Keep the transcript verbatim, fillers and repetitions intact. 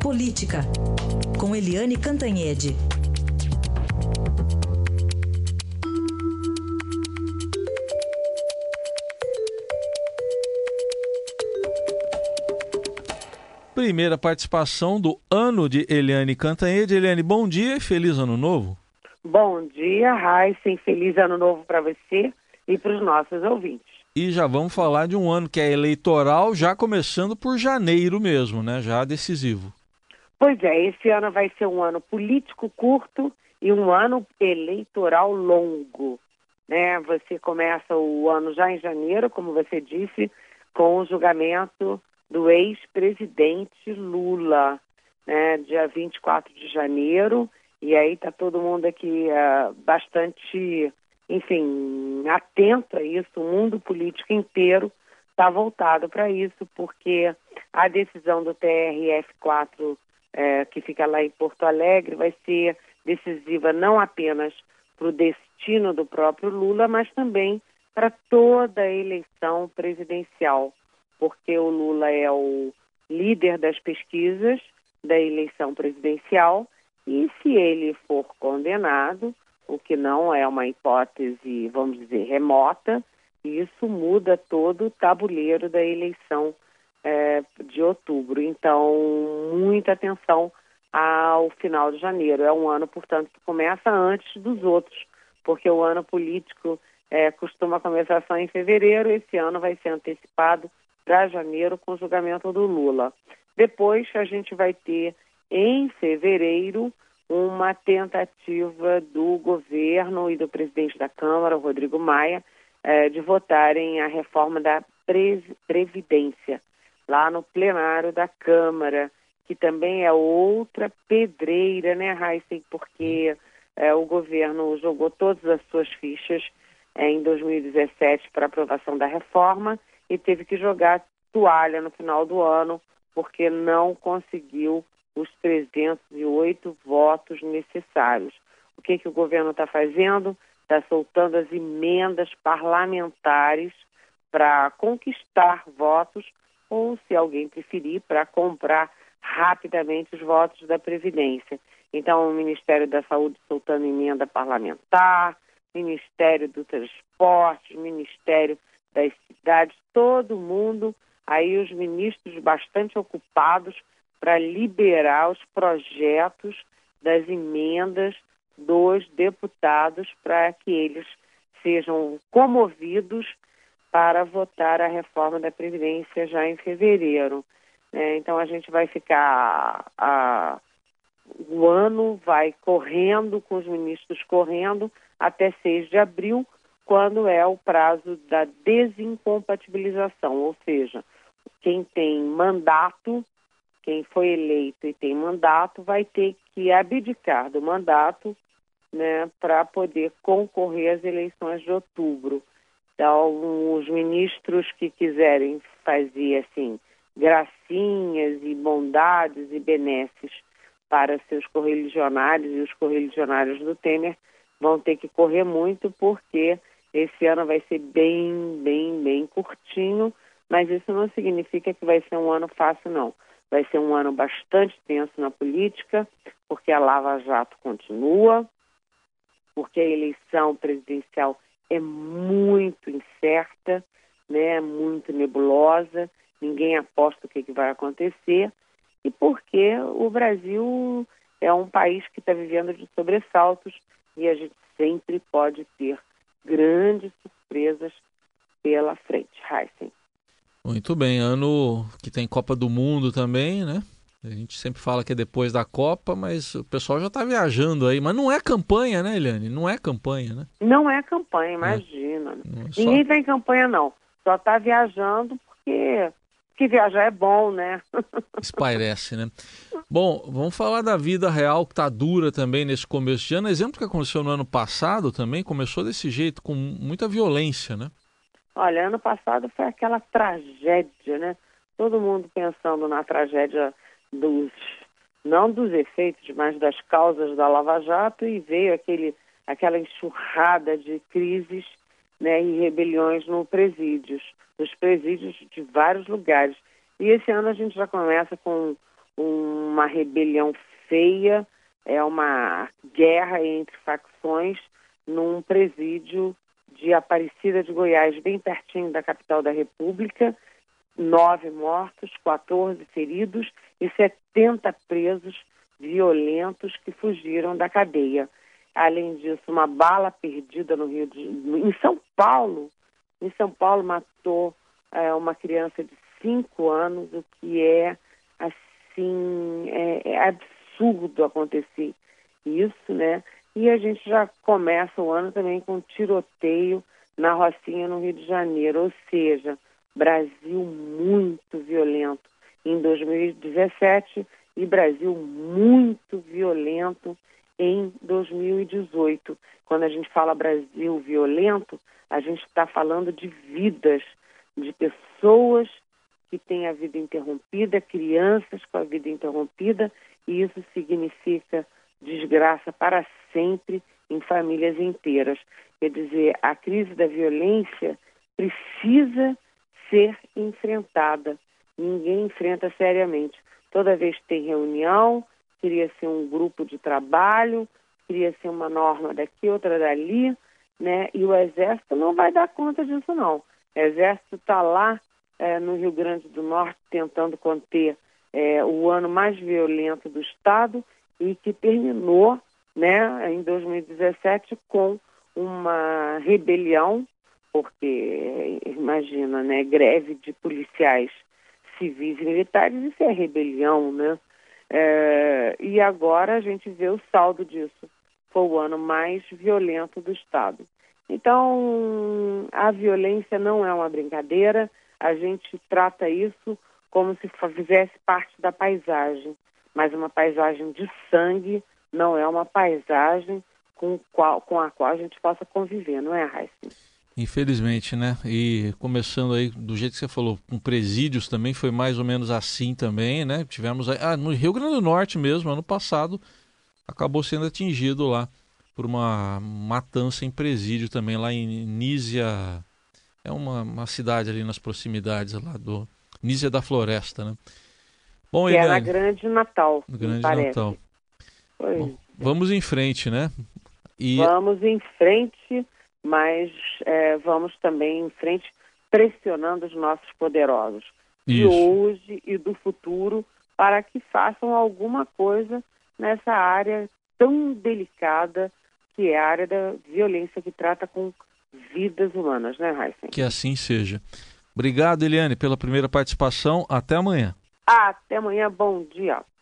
Política, com Eliane Cantanhede. Primeira participação do ano de Eliane Cantanhede. Eliane, bom dia e feliz ano novo. Bom dia, Raíssen. Feliz ano novo para você e para os nossos ouvintes. E já vamos falar de um ano que é eleitoral, já começando por janeiro mesmo, né? Já decisivo. Pois é, esse ano vai ser um ano político curto e um ano eleitoral longo, né? Você começa o ano já em janeiro, como você disse, com o julgamento do ex-presidente Lula, né? Dia vinte e quatro de janeiro, e aí está todo mundo aqui uh, bastante, enfim, atento a isso. O mundo político inteiro está voltado para isso, porque a decisão do T R F quatro, é, que fica lá em Porto Alegre, vai ser decisiva não apenas para o destino do próprio Lula, mas também para toda a eleição presidencial, porque o Lula é o líder das pesquisas da eleição presidencial e se ele for condenado, o que não é uma hipótese, vamos dizer, remota, isso muda todo o tabuleiro da eleição é, de outubro. Então, muita atenção ao final de janeiro. É um ano, portanto, que começa antes dos outros, porque o ano político é, costuma começar só em fevereiro. Esse ano vai ser antecipado para janeiro com o julgamento do Lula. Depois a gente vai ter, em fevereiro, uma tentativa do governo e do presidente da Câmara, o Rodrigo Maia, eh, de votarem a reforma da Previdência, lá no plenário da Câmara, que também é outra pedreira, né, Raíssen? Porque eh, o governo jogou todas as suas fichas eh, em dois mil e dezessete para aprovação da reforma e teve que jogar toalha no final do ano, porque não conseguiu os trezentos e oito votos necessários. O que, que o governo está fazendo? Está soltando as emendas parlamentares para conquistar votos, ou, se alguém preferir, para comprar rapidamente os votos da Previdência. Então, o Ministério da Saúde soltando emenda parlamentar, Ministério do Transporte, Ministério das Cidades, todo mundo, aí os ministros bastante ocupados para liberar os projetos das emendas dos deputados para que eles sejam comovidos para votar a reforma da Previdência já em fevereiro. É, então a gente vai ficar, a, o ano vai correndo, com os ministros correndo, até seis de abril, quando é o prazo da desincompatibilização, ou seja, quem tem mandato, quem foi eleito e tem mandato, vai ter que abdicar do mandato, né, para poder concorrer às eleições de outubro. Então, os ministros que quiserem fazer, assim, gracinhas e bondades e benesses para seus correligionários e os correligionários do Temer vão ter que correr muito, porque esse ano vai ser bem, bem, bem curtinho, mas isso não significa que vai ser um ano fácil, não. Vai ser um ano bastante tenso na política, porque a Lava Jato continua, porque a eleição presidencial é muito incerta, né, muito nebulosa, ninguém aposta o que, que vai acontecer, e porque o Brasil é um país que está vivendo de sobressaltos e a gente sempre pode ter grandes surpresas pela frente. Raíssen. Muito bem, ano que tem Copa do Mundo também, né? A gente sempre fala que é depois da Copa, mas o pessoal já está viajando aí. Mas não é campanha, né, Eliane? Não é campanha, né? Não é campanha, imagina. É. Só... Ninguém está em campanha, não. Só está viajando porque, porque viajar é bom, né? Espairece, né? Bom, vamos falar da vida real que está dura também nesse começo de ano. Exemplo que aconteceu no ano passado também, começou desse jeito, com muita violência, né? Olha, ano passado foi aquela tragédia, né? Todo mundo pensando na tragédia dos, não dos efeitos, mas das causas da Lava Jato, e veio aquele, aquela enxurrada de crises, né, e rebeliões no presídios, nos presídios de vários lugares. E esse ano a gente já começa com uma rebelião feia, é uma guerra entre facções num presídio de Aparecida de Goiás, bem pertinho da capital da República. Nove mortos, quatorze feridos e setenta presos violentos que fugiram da cadeia. Além disso, uma bala perdida no Rio de em São Paulo. Em São Paulo matou é, uma criança de cinco anos, o que é assim é, é absurdo acontecer isso, né? E a gente já começa o ano também com tiroteio na Rocinha, no Rio de Janeiro, ou seja, Brasil muito violento em dois mil e dezessete e Brasil muito violento em dois mil e dezoito. Quando a gente fala Brasil violento, a gente está falando de vidas, de pessoas que têm a vida interrompida, crianças com a vida interrompida, e isso significa desgraça para sempre em famílias inteiras. Quer dizer, a crise da violência precisa ser enfrentada. Ninguém enfrenta seriamente. Toda vez que tem reunião, queria ser um grupo de trabalho, queria ser uma norma daqui, outra dali, né? E o Exército não vai dar conta disso, não. O Exército está lá é, no Rio Grande do Norte tentando conter é, o ano mais violento do Estado e que terminou, né, em dois mil e dezessete com uma rebelião, porque, imagina, né, greve de policiais civis e militares, isso é rebelião, né? É, e agora a gente vê o saldo disso. Foi o ano mais violento do Estado. Então, a violência não é uma brincadeira, a gente trata isso como se fizesse parte da paisagem, mas uma paisagem de sangue não é uma paisagem com, qual, com a qual a gente possa conviver, não é, Raíssa? Infelizmente, né? E começando aí, do jeito que você falou, com presídios também foi mais ou menos assim também, né? Tivemos aí, ah, no Rio Grande do Norte mesmo, ano passado, acabou sendo atingido lá por uma matança em presídio também, lá em Nísia, é uma, uma cidade ali nas proximidades lá do Nísia da Floresta, né? Bom, que Eliane, é na Grande Natal, no Grande parece. Natal. Pois Bom, vamos em frente, né? E... Vamos em frente, mas é, vamos também em frente pressionando os nossos poderosos de Isso. hoje e do futuro para que façam alguma coisa nessa área tão delicada que é a área da violência que trata com vidas humanas, né, Raíssa? Que assim seja. Obrigado, Eliane, pela primeira participação. Até amanhã. Até amanhã, bom dia.